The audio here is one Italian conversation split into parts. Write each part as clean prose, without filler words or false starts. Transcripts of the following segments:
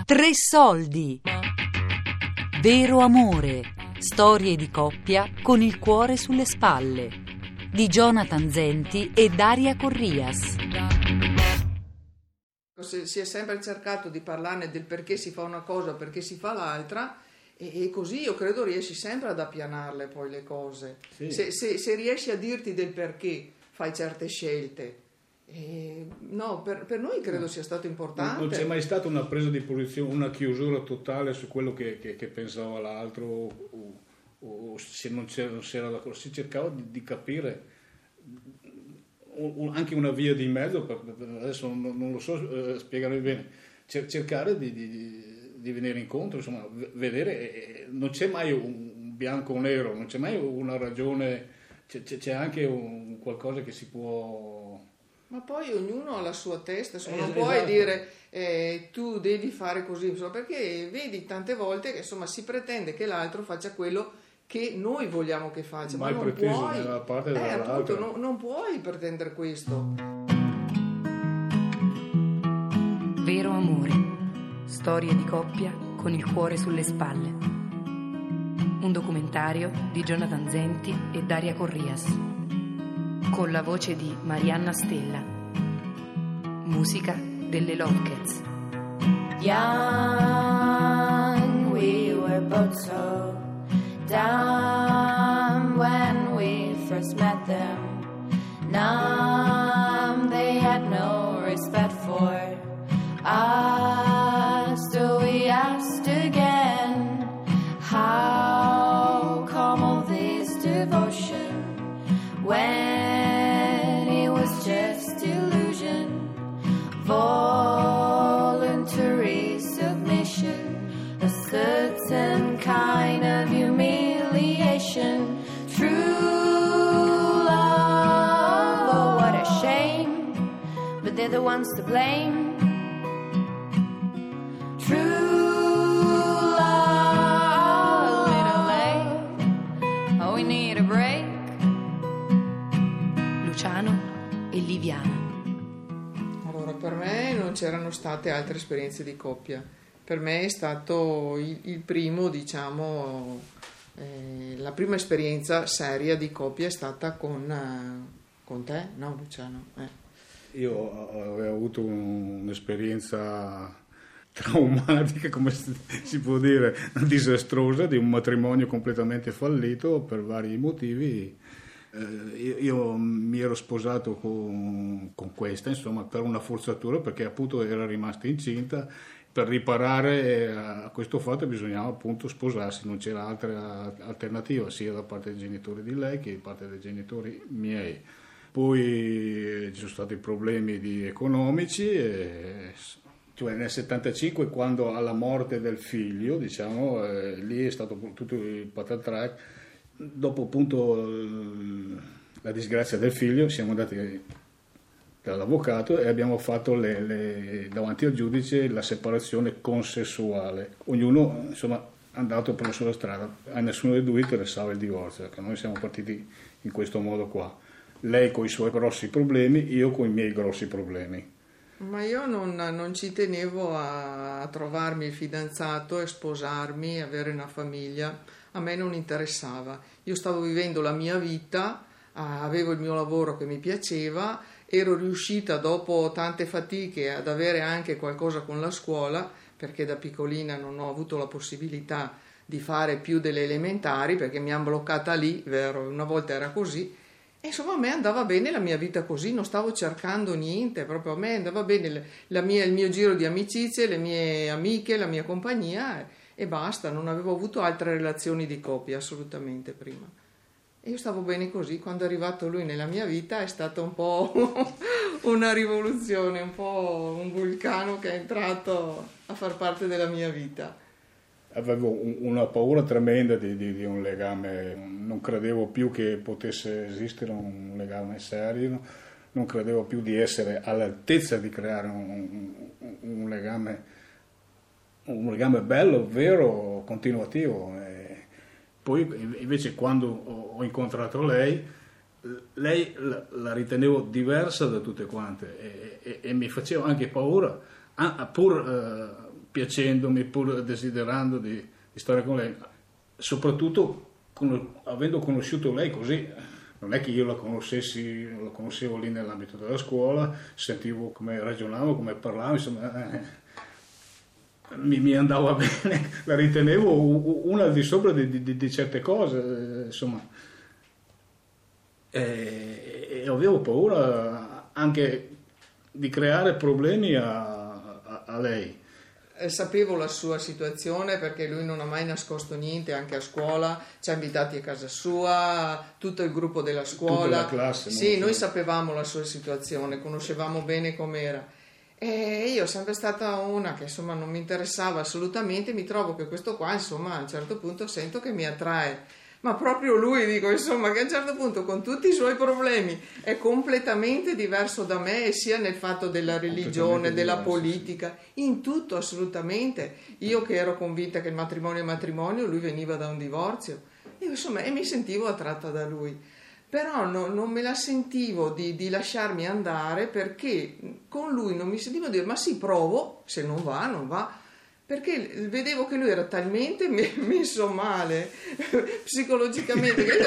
Tre soldi. Vero amore. Storie di coppia con il cuore sulle spalle. Di Jonathan Zenti e Daria Corrias. Si è sempre cercato di parlarne del perché si fa una cosa, perché si fa l'altra, e così io credo riesci sempre ad appianarle poi le cose. Sì. Se riesci a dirti del perché fai certe scelte. No, per noi credo sia stato importante. Non c'è mai stata una presa di posizione, una chiusura totale su quello che pensava l'altro, o se non c'era d'accordo. Si cercava di capire anche una via di mezzo, adesso non lo so spiegarvi bene, cercare di venire incontro, insomma, vedere, non c'è mai un bianco o nero, non c'è mai una ragione, c'è anche un qualcosa che si può... Ma poi ognuno ha la sua testa, insomma, non Esatto. puoi dire tu devi fare così, insomma, perché vedi tante volte che insomma si pretende che l'altro faccia quello che noi vogliamo che faccia, Mai ma non preteso puoi, nella parte dell'altra. appunto, non puoi pretendere questo. Vero amore. Storie di coppia con il cuore sulle spalle. Un documentario di Jonathan Zenti e Daria Corrias. Con la voce di Marianna Stella. Musica delle Lovecats. Young, we were both so dumb when we first met them. Numb, they had no respect for us. So we asked again, how come all this devotion when it was just illusion? Voluntary submission, a certain kind of humiliation. True love, oh what a shame, but they're the ones to blame. True love, a little late, oh we need a break. Luciano e Liviana. Allora, per me non c'erano state altre esperienze di coppia. Per me è stato il primo, diciamo, la prima esperienza seria di coppia è stata con te, no Luciano? Io avevo avuto un'esperienza traumatica, come si può dire, disastrosa, di un matrimonio completamente fallito per vari motivi. Io mi ero sposato con questa, insomma, per una forzatura, perché appunto era rimasta incinta. Per riparare a questo fatto bisognava appunto sposarsi, non c'era altra alternativa, sia da parte dei genitori di lei che da parte dei genitori miei. Poi ci sono stati problemi economici, cioè nel 75, quando alla morte del figlio, diciamo, lì è stato tutto il patatrac. Dopo appunto la disgrazia del figlio siamo andati dall'avvocato e abbiamo fatto davanti al giudice la separazione consensuale. Ognuno insomma è andato per la sua strada, a nessuno dei due interessava il divorzio, perché noi siamo partiti in questo modo qua. Lei con i suoi grossi problemi, io con i miei grossi problemi. Ma io non ci tenevo a trovarmi il fidanzato e sposarmi, avere una famiglia, a me non interessava. Io stavo vivendo la mia vita, avevo il mio lavoro che mi piaceva, ero riuscita dopo tante fatiche ad avere anche qualcosa con la scuola, perché da piccolina non ho avuto la possibilità di fare più delle elementari, perché mi hanno bloccata lì, vero, una volta era così. E insomma a me andava bene la mia vita così, non stavo cercando niente, proprio a me andava bene il mio giro di amicizie, le mie amiche, la mia compagnia e basta, non avevo avuto altre relazioni di coppia assolutamente prima. E io stavo bene così, quando è arrivato lui nella mia vita è stata un po' una rivoluzione, un po' un vulcano che è entrato a far parte della mia vita. Avevo una paura tremenda di un legame, non credevo più che potesse esistere un legame serio, non credevo più di essere all'altezza di creare un legame bello, vero, continuativo. E poi invece quando ho incontrato lei la ritenevo diversa da tutte quante e mi faceva anche paura, piacendomi, pur desiderando di stare con lei, soprattutto avendo conosciuto lei così. Non è che io la conoscevo lì nell'ambito della scuola, sentivo come ragionavo, come parlavo, insomma, mi andava bene, la ritenevo una al di sopra di certe cose, insomma. E avevo paura anche di creare problemi a lei. Sapevo la sua situazione perché lui non ha mai nascosto niente, anche a scuola ci ha invitati a casa sua, tutto il gruppo della scuola, tutta la classe. Sì, noi sapevamo la sua situazione, conoscevamo bene com'era e io sempre stata una che insomma non mi interessava assolutamente. Mi trovo che questo qua insomma a un certo punto sento che mi attrae, ma proprio lui, dico insomma, che a un certo punto con tutti i suoi problemi è completamente diverso da me, sia nel fatto della religione, della politica, in tutto assolutamente. Io che ero convinta che il matrimonio è matrimonio, lui veniva da un divorzio e, insomma, e mi sentivo attratta da lui, però non me la sentivo di lasciarmi andare, perché con lui non mi sentivo dire ma sì, provo, se non va non va, perché vedevo che lui era talmente messo male psicologicamente che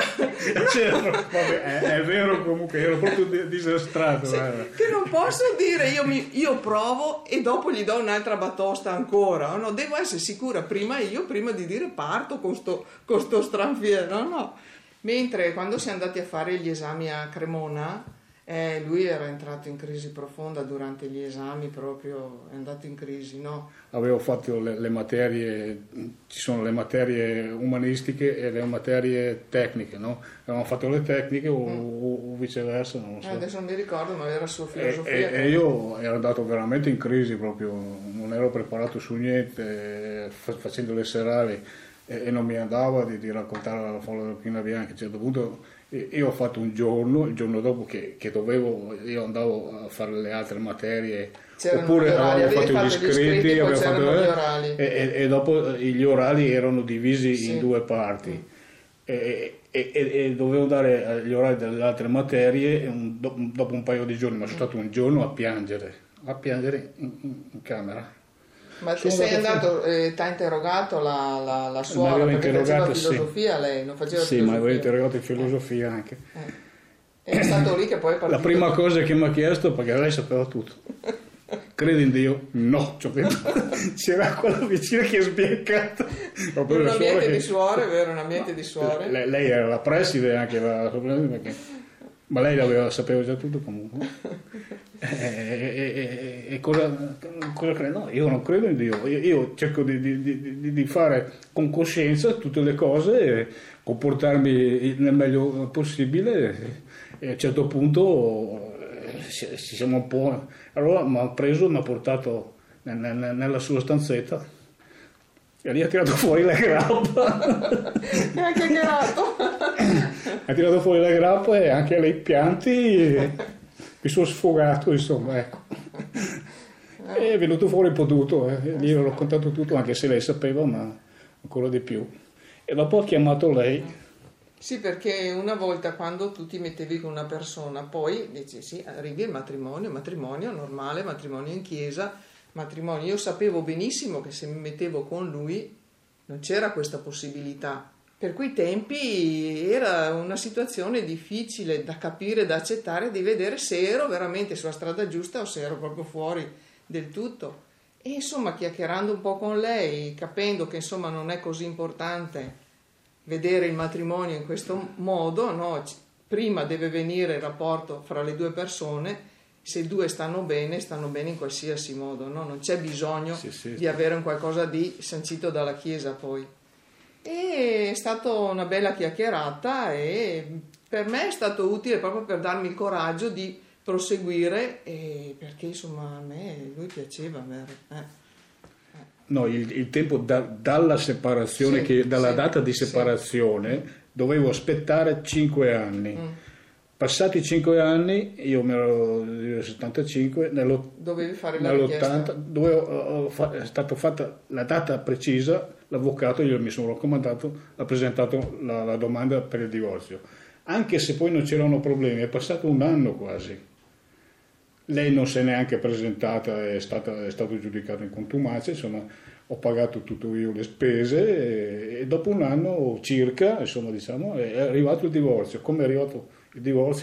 è vero, comunque ero proprio disastrato, sì, che non posso dire io provo e dopo gli do un'altra batosta ancora, no, devo essere sicura prima di dire parto con sto stranfiero, no. Mentre quando siamo andati a fare gli esami a Cremona, lui era entrato in crisi profonda durante gli esami, proprio è andato in crisi, no? Avevo fatto le materie, ci sono le materie umanistiche e le materie tecniche, no? Avevamo fatto le tecniche o viceversa, non lo so. Adesso non mi ricordo, ma era sua filosofia. E io ero andato veramente in crisi, proprio non ero preparato su niente, facendo le serali e non mi andava di raccontare la folla della Pina Bianca. A un certo punto io ho fatto il giorno dopo che dovevo, io andavo a fare le altre materie, oppure avevo fatto gli iscritti, e dopo gli orali erano divisi in due parti, e dovevo dare gli orali delle altre materie dopo un paio di giorni, ma sono stato un giorno a piangere in camera. Ma sei andato, ti ha interrogato la suora, perché faceva filosofia, sì. Lei non faceva filosofia? Sì, ma avevo interrogato in filosofia anche. È stato lì che poi è partito. La prima cosa che mi ha chiesto, perché lei sapeva tutto, credi in Dio? No, c'era quella vicina che è sbiancata. In un ambiente di suore, vero? Un ambiente di suore. Lei era la preside anche, ma lei sapeva già tutto comunque. E cosa credo? No, io non credo in Dio, io cerco di fare con coscienza tutte le cose, comportarmi nel meglio possibile, e a un certo punto ci siamo un po'. Allora mi ha portato nella sua stanzetta e lì ha tirato fuori la grappa. E anche grato. Ha tirato fuori la grappa e anche lei pianti. Mi sono sfogato, insomma, ecco. È venuto fuori un po' tutto, gli ho raccontato tutto, anche se lei sapeva, ma ancora di più. E dopo ho chiamato lei. Sì, perché una volta quando tu ti mettevi con una persona, poi dici sì, arrivi al matrimonio normale, matrimonio in chiesa, matrimonio. Io sapevo benissimo che se mi mettevo con lui non c'era questa possibilità. Per quei tempi era una situazione difficile da capire, da accettare, di vedere se ero veramente sulla strada giusta o se ero proprio fuori del tutto. E insomma, chiacchierando un po' con lei, capendo che insomma non è così importante vedere il matrimonio in questo modo, no? Prima deve venire il rapporto fra le due persone, se due stanno bene in qualsiasi modo, no? Non c'è bisogno di avere un qualcosa di sancito dalla Chiesa poi. E è stata una bella chiacchierata e per me è stato utile proprio per darmi il coraggio di proseguire, perché insomma a me lui piaceva. No, il tempo dalla separazione, dalla data di separazione, dovevo aspettare 5 anni. Passati 5 anni, io mi ero nel 75, dovevi fare la richiesta. Nell'80, è stata fatta la data precisa, l'avvocato, io mi sono raccomandato, ha presentato la domanda per il divorzio. Anche se poi non c'erano problemi, è passato un anno quasi. Lei non si è neanche presentata, è stato giudicato in contumacia, insomma ho pagato tutto io le spese e dopo un anno circa, insomma diciamo, è arrivato il divorzio. Come è arrivato il divorzio?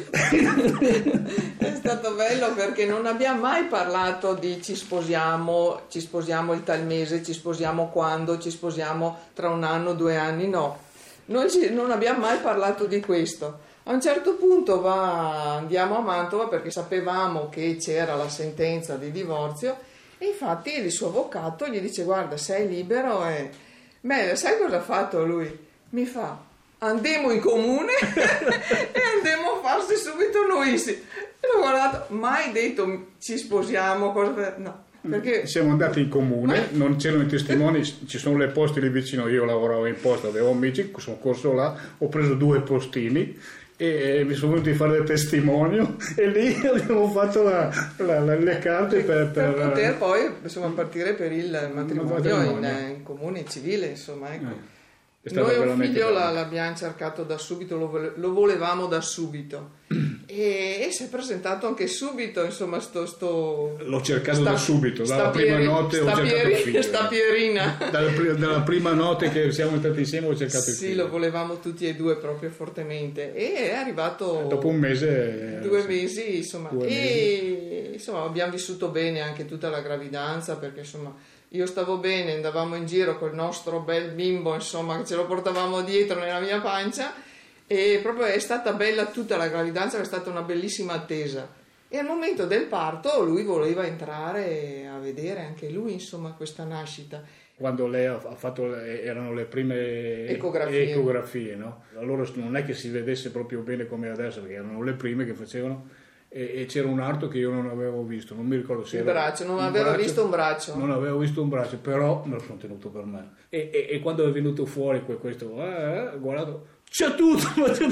È stato bello perché non abbiamo mai parlato di ci sposiamo il tal mese, ci sposiamo quando, ci sposiamo tra un anno, 2 anni, no. Non abbiamo mai parlato di questo. A un certo punto andiamo a Mantova perché sapevamo che c'era la sentenza di divorzio e infatti il suo avvocato gli dice: guarda, sei libero. E sai cosa ha fatto lui? Mi fa: andiamo in comune e andiamo a farsi subito noi. E l'ho guardato, mai detto ci sposiamo, no. Perché siamo andati in comune, non c'erano i testimoni, ci sono le poste lì vicino, io lavoravo in posta, avevo amici, sono corso là, ho preso 2 postini e mi sono venuti a fare il testimonio e lì abbiamo fatto le carte per poter poi insomma partire per il matrimonio in comune civile, insomma, ecco. Noi un figlio l'abbiamo cercato da subito, lo volevamo da subito e si è presentato anche subito, insomma l'ho cercato da subito, dalla prima notte ho cercato il figlio. Sta Pierina dalla prima notte che siamo stati insieme ho cercato il figlio. Sì, lo volevamo tutti e 2 proprio fortemente e è arrivato dopo un mese 2 mesi, insomma, e insomma abbiamo vissuto bene anche tutta la gravidanza, perché insomma io stavo bene, andavamo in giro col nostro bel bimbo, insomma, che ce lo portavamo dietro nella mia pancia, e proprio è stata bella tutta la gravidanza, è stata una bellissima attesa. E al momento del parto lui voleva entrare a vedere anche lui, insomma, questa nascita. Quando lei ha fatto, erano le prime ecografie, no? Allora non è che si vedesse proprio bene come adesso, perché erano le prime che facevano. E c'era un arto che io non avevo visto, non mi ricordo se era non avevo visto un braccio. Non avevo visto un braccio, però me lo sono tenuto per me. E quando è venuto fuori questo, guardato, c'è tutto,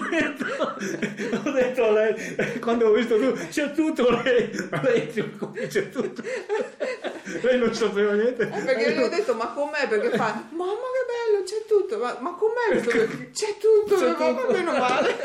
ho detto a lei, quando ho visto tutto, c'è tutto, lei c'è tutto. Lei non sapeva niente. Perché gli ho detto, ma com'è? Perché fa, mamma che bello, c'è tutto, ma com'è? C'è tutto, meno male.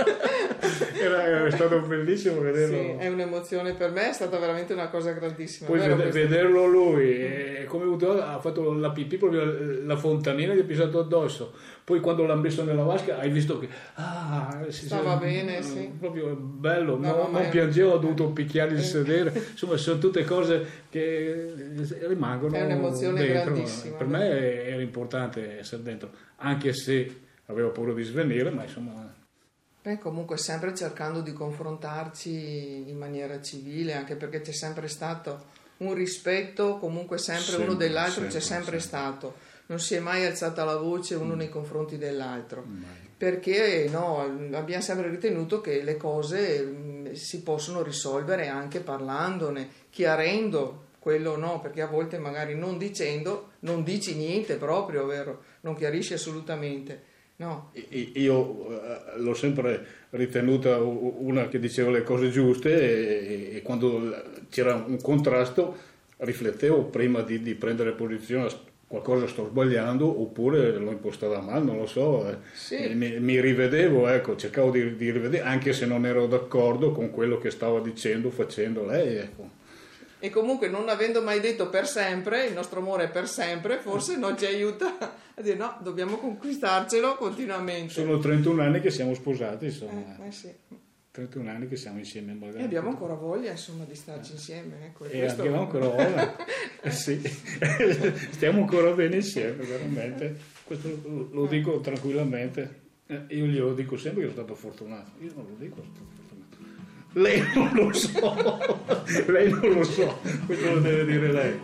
È stato bellissimo vederlo. Sì, è un'emozione per me, è stata veramente una cosa grandissima. Poi vederlo lui, come ha fatto la pipì, proprio la fontanina gli è pissato addosso. Poi quando l'ha messo nella vasca hai visto che stava bene, sì. Proprio bello, non piangevo, ho dovuto picchiare il sedere, insomma sono tutte cose che rimangono. È un'emozione dentro. Grandissima. Per me era importante essere dentro, anche se avevo paura di svenire, ma insomma. Comunque sempre cercando di confrontarci in maniera civile, anche perché c'è sempre stato un rispetto, comunque sempre uno dell'altro, c'è sempre stato. Non si è mai alzata la voce uno nei confronti dell'altro, perché abbiamo sempre ritenuto che le cose si possono risolvere anche parlandone, chiarendo quello perché a volte magari non dicendo non dici niente proprio, vero? Non chiarisci assolutamente. No. Io l'ho sempre ritenuta una che diceva le cose giuste e quando c'era un contrasto riflettevo prima di prendere posizione. Qualcosa sto sbagliando oppure l'ho impostata male, non lo so. Sì. Mi rivedevo, cercavo di rivedere, anche se non ero d'accordo con quello che stava dicendo, facendo lei, ecco. E comunque non avendo mai detto per sempre, il nostro amore è per sempre, forse non ci aiuta a dire no, dobbiamo conquistarcelo continuamente. Sono 31 anni che siamo sposati, insomma. Sì. 31 anni che siamo insieme. E abbiamo ancora voglia, insomma, di starci insieme. Ecco, abbiamo ancora voglia. Sì. Stiamo ancora bene insieme, veramente. Questo lo dico tranquillamente. Io glielo dico sempre che sono stato fortunato. Io non lo dico, sono stato fortunato. Lei non lo so. Lei non lo so. Questo lo deve dire lei.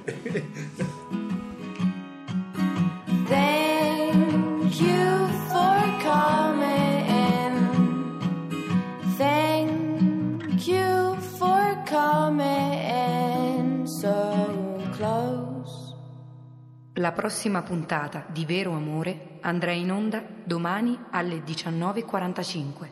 Thank you for coming. Thank you for coming so close. La prossima puntata di Vero Amore andrà in onda domani alle 19:45.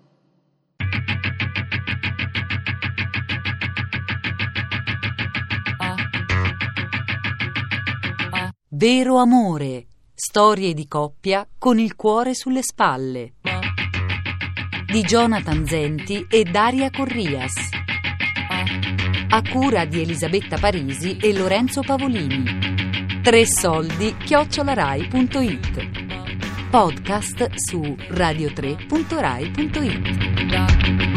Vero Amore, storie di coppia con il cuore sulle spalle. Di Jonathan Zenti e Daria Corrias. a cura di Elisabetta Parisi e Lorenzo Pavolini. 3soldi@rai.it. Podcast su radio3.rai.it.